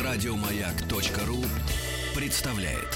Радиомаяк.ру представляет.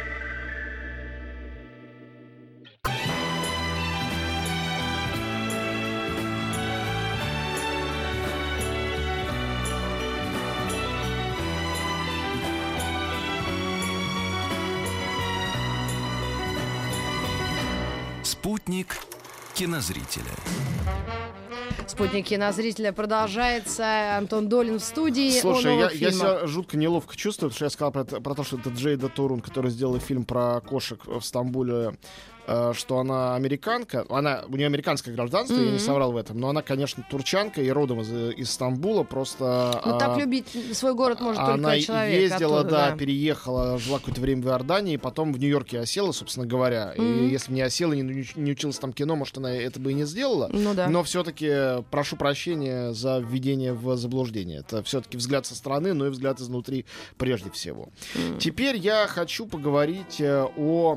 Спутник кинозрителя. Спутник кинозрителя продолжается. Антон Долин в студии. Слушай, я себя жутко неловко чувствую, потому что я сказал про то, что это Джейда Турун, который сделал фильм про кошек в Стамбуле, что она американка. У нее американское гражданство, я не соврал в этом. Но она, конечно, турчанка и родом из Стамбула. Просто... Ну, так любить свой город может только человек. Она ездила, оттуда, переехала, жила какое-то время в Иордании, потом в Нью-Йорке осела, собственно говоря. И если бы не осела, не училась там кино, может, она это бы и не сделала. Ну, да. Но все-таки прошу прощения за введение в заблуждение. Это все-таки взгляд со стороны, но и взгляд изнутри прежде всего. Теперь я хочу поговорить о...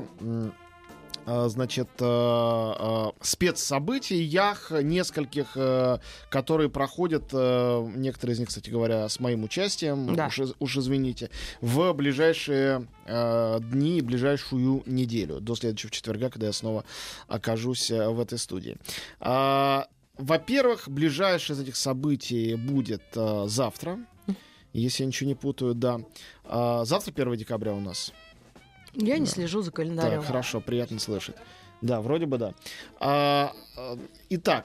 спецсобытиях нескольких, которые проходят, некоторые из них, кстати говоря, с моим участием, да. уж извините, в ближайшие дни, ближайшую неделю, до следующего четверга, когда я снова окажусь в этой студии. Во-первых, ближайшее из этих событий будет завтра, если я ничего не путаю, да. Завтра 1 декабря у нас. Я не слежу за календарем. Так, хорошо, приятно слышать. Да, вроде бы да. Итак,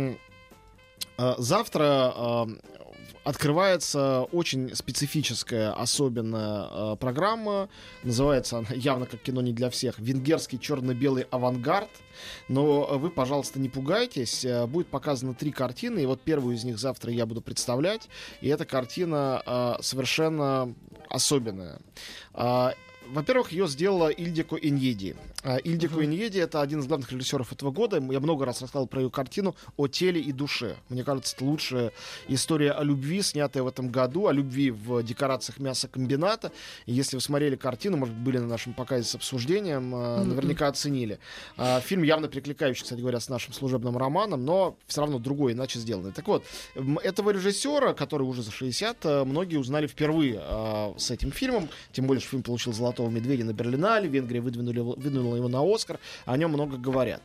завтра открывается очень специфическая, особенная программа. Называется она явно как кино не для всех. «Венгерский черно-белый авангард». Но вы, пожалуйста, не пугайтесь. Будет показано 3 картины. И вот первую из них завтра я буду представлять. И эта картина совершенно особенная. Во-первых, ее сделала Ильдико Иньеди. Ильдико Иньеди — это один из главных режиссеров этого года. Я много раз рассказывал про ее картину «О теле и душе». Мне кажется, это лучшая история о любви, снятая в этом году, о любви в декорациях мясокомбината. И если вы смотрели картину, может быть, были на нашем показе с обсуждением, наверняка оценили. Фильм явно перекликающий, кстати говоря, с нашим служебным романом, но все равно другой, иначе сделанный. Так вот, этого режиссера, который уже за 60, многие узнали впервые с этим фильмом. Тем более, что фильм получил «Золотой медведя» на Берлинале, Венгрия выдвинула его на Оскар, о нем много говорят.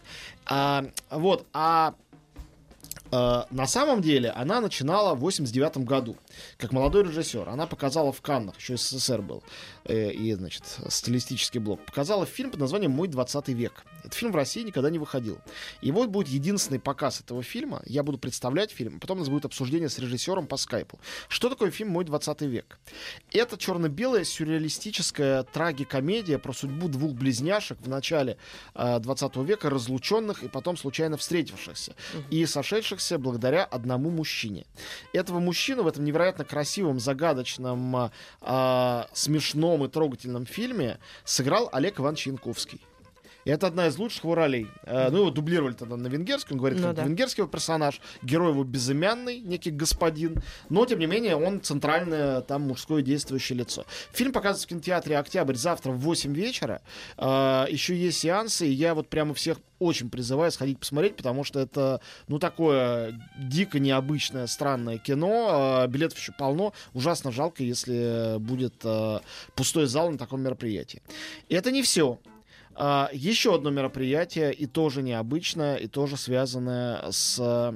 На самом деле она начинала в 89 году как молодой режиссер. Она показала в Каннах, еще СССР был, и, значит, стилистический блок. Показала фильм под названием «Мой 20 век». Этот фильм в России никогда не выходил. И вот будет единственный показ этого фильма. Я буду представлять фильм, потом у нас будет обсуждение с режиссером по скайпу. Что такое фильм «Мой 20 век»? Это черно-белая сюрреалистическая трагикомедия про судьбу 2 близняшек в начале 20 века, разлученных и потом случайно встретившихся и сошедшихся благодаря одному мужчине. Этого мужчину в этом невероятно красивом, загадочном, смешном и трогательном фильме сыграл Олег Иванович Янковский. И это одна из лучших его ролей. Его дублировали тогда на венгерском. Он говорит, как венгерский его персонаж. Герой его безымянный, некий господин. Но, тем не менее, он центральное там мужское действующее лицо. Фильм показывается в кинотеатре «Октябрь» завтра в 8 вечера. Еще есть сеансы. И я вот прямо всех очень призываю сходить посмотреть, потому что это, такое дико необычное, странное кино. Билетов еще полно. Ужасно жалко, если будет пустой зал на таком мероприятии. И это не все. Еще одно мероприятие, и тоже необычное, и тоже связанное с,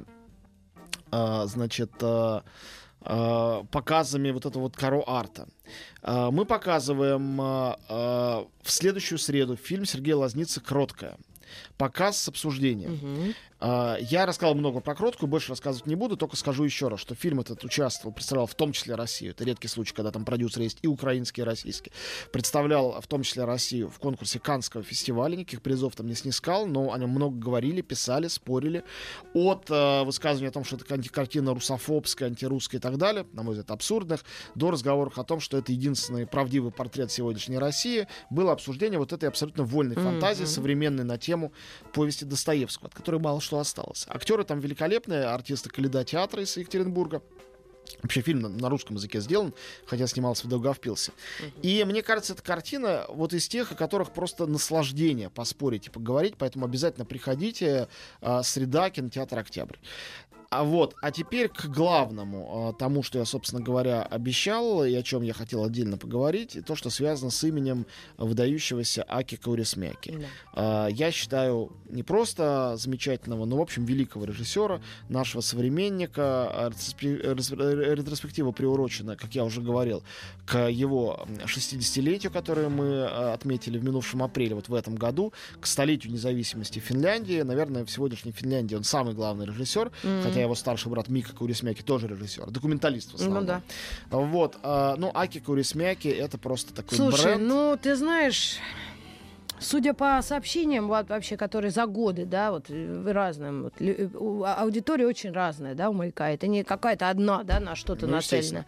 показами вот этого вот каро-арта. Мы показываем в следующую среду фильм Сергея Лозницы «Кроткая». Показ с обсуждением. Я рассказал много про «Кроткую», больше рассказывать не буду, только скажу еще раз, что фильм этот представлял в том числе Россию. Это редкий случай, когда там продюсеры есть и украинские, и российские. Представлял в том числе Россию в конкурсе Каннского фестиваля. Никаких призов там не снискал, но о нем много говорили, писали, спорили. От высказывания о том, что это картина русофобская, антирусская и так далее, на мой взгляд, абсурдных, до разговоров о том, что это единственный правдивый портрет сегодняшней России, было обсуждение вот этой абсолютно вольной фантазии, современной на тему повести Достоевского, от которой мало что осталось. Актеры там великолепные, артисты Каледа театра из Екатеринбурга. Вообще фильм на русском языке сделан, хотя снимался в Даугавпилсе. И мне кажется, эта картина вот из тех, о которых просто наслаждение поспорить и поговорить, поэтому обязательно приходите. Среда, кинотеатр «Октябрь». А теперь к главному, тому, что я, собственно говоря, обещал, и о чем я хотел отдельно поговорить, и то, что связано с именем выдающегося Аки Каурисмяки. Да. Я считаю, не просто замечательного, но, в общем, великого режиссера, нашего современника. Ретроспектива приурочена, как я уже говорил, к его 60-летию, которое мы отметили в минувшем апреле, вот в этом году, к столетию независимости Финляндии. Наверное, в сегодняшней Финляндии он самый главный режиссер, хотя его старший брат Мика Каурисмяки тоже режиссер, документалист в основном. Ну да. Вот. Аки Каурисмяки — это просто такой Слушай, бренд. ты знаешь, судя по сообщениям, вообще, которые за годы, да, разным, аудитория очень разная, да, у «Маяка». Это не какая-то одна, да, на что-то нацелена.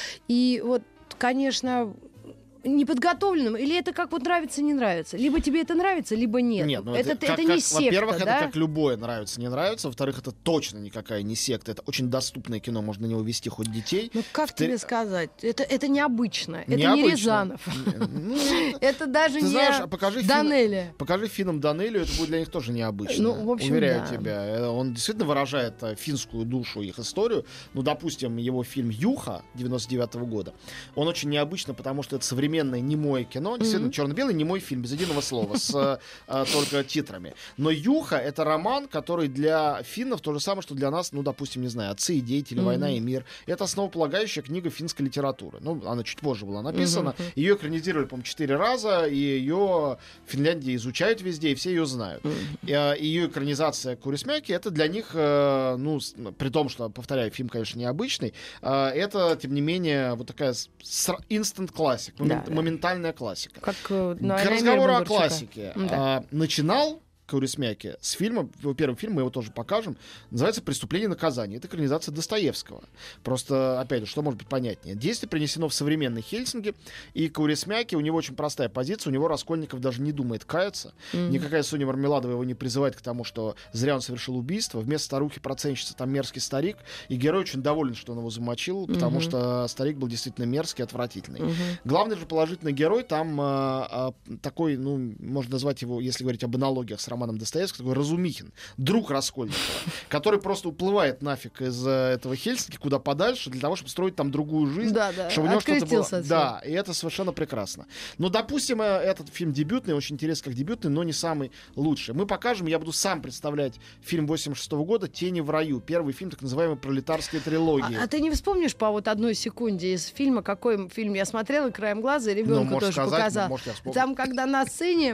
И конечно, неподготовленным, или это как нравится, не нравится. Либо тебе это нравится, либо нет. Нет, это не секта, во-первых, да? это как любое нравится, не нравится. Во-вторых, это точно никакая не секта. Это очень доступное кино, можно на него вести хоть детей. Как тебе сказать? Это необычно. Это Необычно. не Рязанов. Это даже не Данелия. Покажи финнам Данелию, это будет для них тоже необычно. В общем, уверяю да. тебя. Он действительно выражает финскую душу, их историю. Допустим, его фильм «Юха» 99-го года, он очень необычно, потому что это современное немое кино, действительно черно-белый немой фильм, без единого слова, с только титрами. Но «Юха» — это роман, который для финнов то же самое, что для нас, допустим, не знаю, «Отцы и дети» или «Война и мир». Это основополагающая книга финской литературы. Она чуть позже была написана. Ее экранизировали, по-моему, 4 раза, и ее в Финляндии изучают везде, и все ее знают. Ее экранизация Каурисмяки — это для них, при том, что, повторяю, фильм, конечно, необычный, это, тем не менее, вот такая instant classic, моментальная классика. К разговору о классике. Да. Начинал Каурисмяки с фильма, его первый фильм, мы его тоже покажем, называется «Преступление и наказание». Это экранизация Достоевского. Просто, опять же, что может быть понятнее? Действие принесено в современной Хельсинки, и Каурисмяки, у него очень простая позиция, у него Раскольников даже не думает каяться, никакая Соня Мармеладова его не призывает к тому, что зря он совершил убийство, вместо старухи-проценщицы там мерзкий старик, и герой очень доволен, что он его замочил, потому что старик был действительно мерзкий, отвратительный. Главный же положительный герой там такой, можно назвать его, если говорить об аналогиях с романом Достоевского, такой Разумихин, друг Раскольникова, который просто уплывает нафиг из этого Хельсинки куда подальше для того, чтобы строить там другую жизнь, чтобы у него что-то было. Да, и это совершенно прекрасно. Но, допустим, этот фильм дебютный, очень интересный как дебютный, но не самый лучший. Мы покажем, я буду сам представлять фильм 86-го года «Тени в раю», первый фильм так называемой пролетарской трилогии. А ты не вспомнишь по одной секунде из фильма, какой фильм я смотрела краем глаза, и ребенку тоже показал. Там, когда на сцене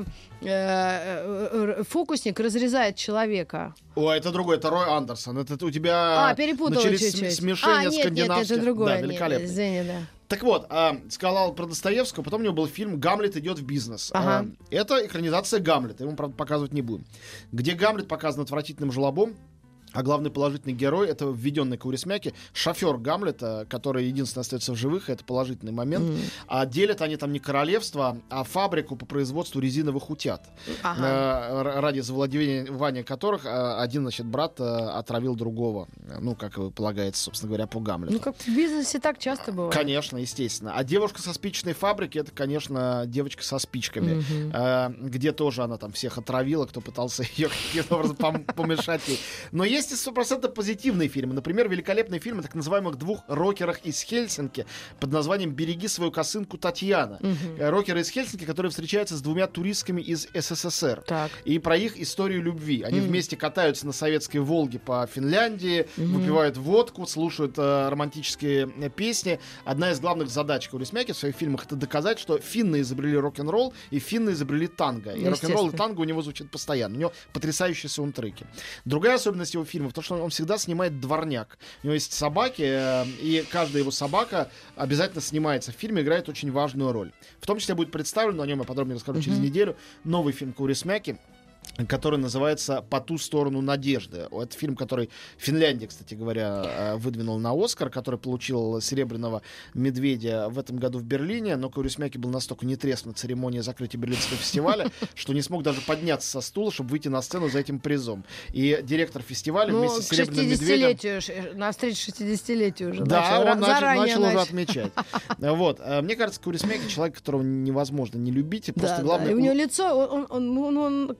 фокусник разрезает человека. Это другой, это Рой Андерсон. Это у тебя начались чуть-чуть. смешения скандинавских. Нет, это другое. Да, великолепно. Извини, да. Так вот, сказал про Достоевского, потом у него был фильм «Гамлет идет в бизнес». Это экранизация Гамлета, его, правда, показывать не будем. Где Гамлет показан отвратительным жлобом, а главный положительный герой — это введенный Каурисмяки, шофер Гамлета, который единственный остается в живых, и это положительный момент. А делят они там не королевство, а фабрику по производству резиновых утят, ради завладевания которых один, брат отравил другого. Как и полагается, собственно говоря, по Гамлету. Как в бизнесе так часто бывает. Конечно, естественно. А девушка со спичечной фабрики — это, конечно, девочка со спичками, где тоже она там всех отравила, кто пытался ее каким-то образом помешать ей. Но есть и 100% позитивные фильмы. Например, великолепный фильм о так называемых двух рокерах из Хельсинки под названием «Береги свою косынку, Татьяна». Рокеры из Хельсинки, которые встречаются с двумя туристками из СССР. И про их историю любви. Они вместе катаются на советской «Волге» по Финляндии, выпивают водку, слушают романтические песни. Одна из главных задач Каурисмяки в своих фильмах — это доказать, что финны изобрели рок-н-ролл, и финны изобрели танго. И рок-н-ролл и танго у него звучат постоянно. У него потрясающие саундтреки. Другая особенность его фильмов, то, что он всегда снимает дворняк. У него есть собаки, и каждая его собака обязательно снимается в фильме, играет очень важную роль. В том числе будет представлен, о нем я подробнее расскажу через неделю, новый фильм Каурисмяки, который называется «По ту сторону надежды». Это фильм, который Финляндия, кстати говоря, выдвинул на «Оскар», который получил «Серебряного медведя» в этом году в Берлине, но Каурисмяки был настолько нетрезв на церемонии закрытия Берлинского фестиваля, что не смог даже подняться со стула, чтобы выйти на сцену за этим призом. И директор фестиваля вместе с «Серебряным медведем». На встречу 60-летию уже он начал уже отмечать. Мне кажется, Каурисмяки — человек, которого невозможно не любить. И просто главное... И у него лицо,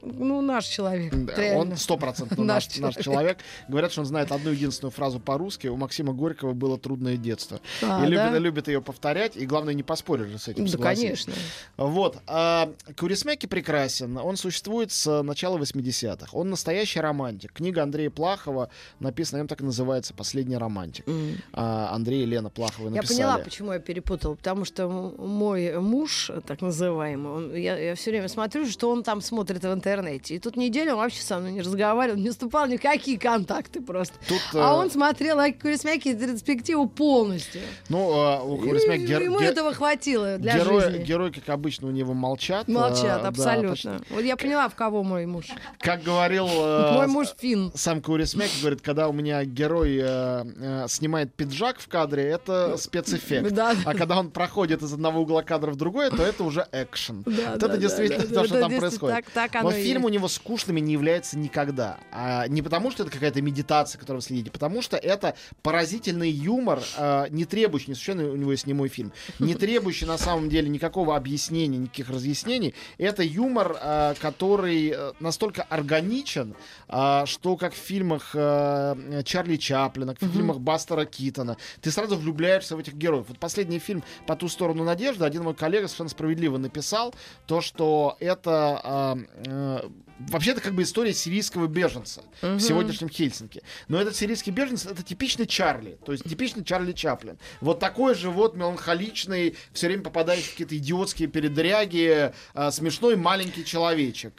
наш человек. Да, он 100% наш человек. Говорят, что он знает одну единственную фразу по-русски. У Максима Горького было трудное детство. И любит ее повторять. И главное, не поспоришь же с этим. Да, конечно. Вот. Kaurismäki прекрасен. Он существует с начала 80-х. Он настоящий романтик. Книга Андрея Плахова написана, так и называется «Последний романтик». Андрей и Лена Плаховы написали. Я поняла, почему я перепутала. Потому что мой муж, так называемый, я все время смотрю, что он там смотрит в интернете. И тут неделю он вообще со мной не разговаривал, не вступал ни в какие контакты просто. Он смотрел Kaurismäki ретроспективу полностью. У Kaurismäki ему этого хватило для жизни. Герои, как обычно, у него молчат. Молчат, абсолютно. Вот я поняла, в кого мой муж. Как говорил мой муж финн. Сам Kaurismäki, говорит, когда у меня герой снимает пиджак в кадре, это спецэффект. А когда он проходит из одного угла кадра в другой, то это уже экшен. Это действительно то, что там происходит. Но фильм у него скучными не является никогда. Не потому, что это какая-то медитация, которую вы следите, потому что это поразительный юмор, не требующий, совершенно у него есть немой фильм, не требующий на самом деле никакого объяснения, никаких разъяснений. Это юмор, который настолько органичен, что как в фильмах Чарли Чаплина, как в фильмах Бастера Китона, ты сразу влюбляешься в этих героев. Вот последний фильм «По ту сторону надежды» один мой коллега совершенно справедливо написал, то, что это вообще-то как бы история сирийского беженца в сегодняшнем Хельсинки. Но этот сирийский беженец — это типичный Чарли, то есть типичный Чарли Чаплин. Вот такой же вот меланхоличный, все время попадающий в какие-то идиотские передряги, смешной маленький человечек.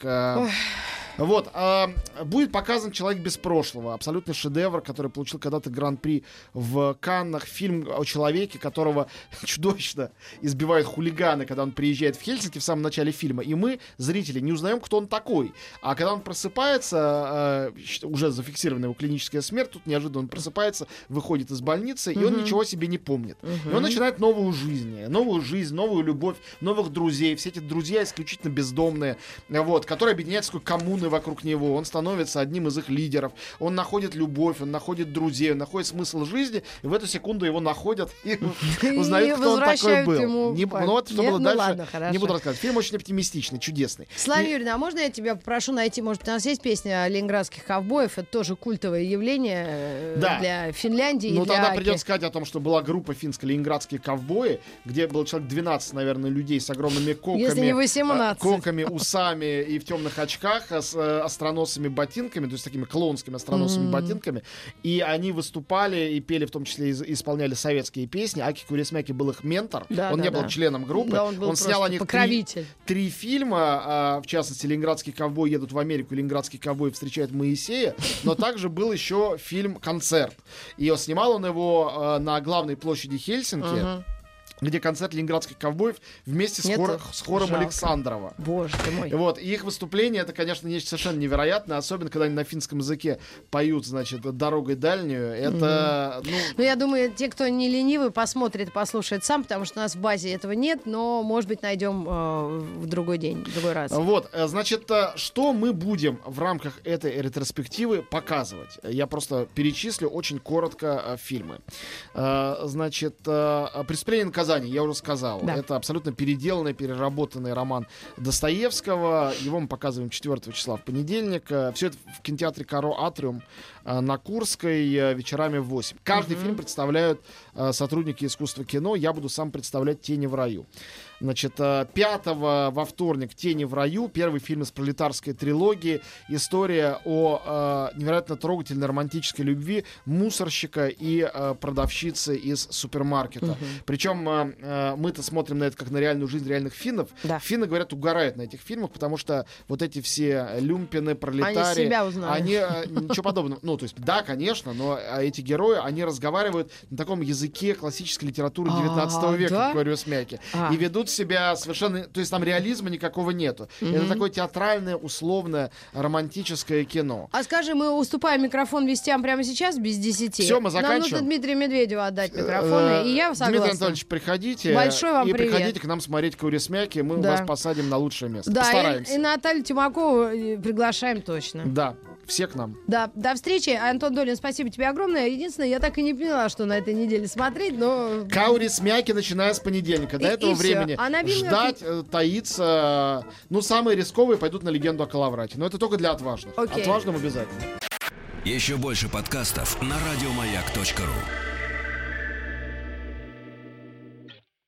Вот, будет показан «Человек без прошлого», абсолютный шедевр, который получил когда-то гран-при в Каннах. Фильм о человеке, которого чудовищно избивают хулиганы, когда он приезжает в Хельсинки в самом начале фильма. И мы, зрители, не узнаем, кто он такой. А когда он просыпается, уже зафиксирована его клиническая смерть, тут неожиданно он просыпается, выходит из больницы, и он ничего себе не помнит. И он начинает новую жизнь, новую любовь, новых друзей. Все эти друзья исключительно бездомные, вот, которые объединяются в такой коммуны вокруг него. Он становится одним из их лидеров. Он находит любовь, он находит друзей, он находит смысл жизни, и в эту секунду его находят и узнают, кто он такой был. Не буду рассказывать. Фильм очень оптимистичный, чудесный. Слава Юрьевна, а можно я тебя попрошу найти, может, у нас есть песня ленинградских ковбоев, это тоже культовое явление для Финляндии. Ну, тогда придется сказать о том, что была группа финская «Ленинградские ковбои», где было человек 12, наверное, людей с огромными коками, если не 18. Коками, усами и в темных очках, с остроносыми ботинками, то есть такими клоунскими остроносыми ботинками. И они выступали и пели, в том числе исполняли советские песни. Аки Kaurismäki был их ментор. Он не был членом группы. Он снял о них три фильма. В частности, «Ленинградские ковбои едут в Америку», «Ленинградские ковбои встречают Моисея». Но также был еще фильм «Концерт». И снимал он его на главной площади Хельсинки, где концерт ленинградских ковбоев вместе с хором Александрова. Боже ты мой. Вот. И их выступление, это, конечно, нечто совершенно невероятное, особенно, когда они на финском языке поют, значит, «Дорогой дальнюю». Это, Ну, я думаю, те, кто не ленивый, посмотрит, послушает сам, потому что у нас в базе этого нет, но, может быть, найдем в другой день, в другой раз. Вот. Значит, что мы будем в рамках этой ретроспективы показывать? Я просто перечислю очень коротко фильмы. Значит, «Преступление и наказание», я уже сказал. Да. Это абсолютно переделанный, переработанный роман Достоевского. Его мы показываем 4 числа в понедельник. Все это в кинотеатре «Каро Атриум» на Курской вечерами в 8. Каждый фильм представляют сотрудники искусства кино. Я буду сам представлять «Тени в раю». Значит, 5-го во вторник «Тени в раю», первый фильм из пролетарской трилогии. История о невероятно трогательной романтической любви мусорщика и продавщицы из супермаркета. Причем мы-то смотрим на это как на реальную жизнь реальных финнов. Да. Финны, говорят, угорают на этих фильмах, потому что вот эти все люмпины, пролетарии... Они себя узнали. Ничего подобного. Ну, то есть, да, конечно, но эти герои, они разговаривают на таком языке классической литературы 19 века, как Kaurismäki. И ведут себя совершенно... То есть там реализма никакого нету. Это такое театральное, условное, романтическое кино. А скажи, мы уступаем микрофон вестям прямо сейчас без 10? Все, мы заканчиваем. Нам нужно Дмитрию Медведеву отдать микрофоны, и я согласна. Дмитрий Анатольевич, приходите. Большой вам привет. Приходите к нам смотреть Kaurismäki, мы вас посадим на лучшее место. Да, Постараемся. И Наталью Тимакову приглашаем точно. Да. Все к нам. Да, до встречи. Антон Долин, спасибо тебе огромное. Единственное, я так и не поняла, что на этой неделе смотреть, но... Каурис Мяки, начиная с понедельника. До этого времени ждать, таиться. Ну, самые рисковые пойдут на «Легенду о Калаврате». Но это только для отважных. Окей. Отважным обязательно. Еще больше подкастов на радиомаяк.ру.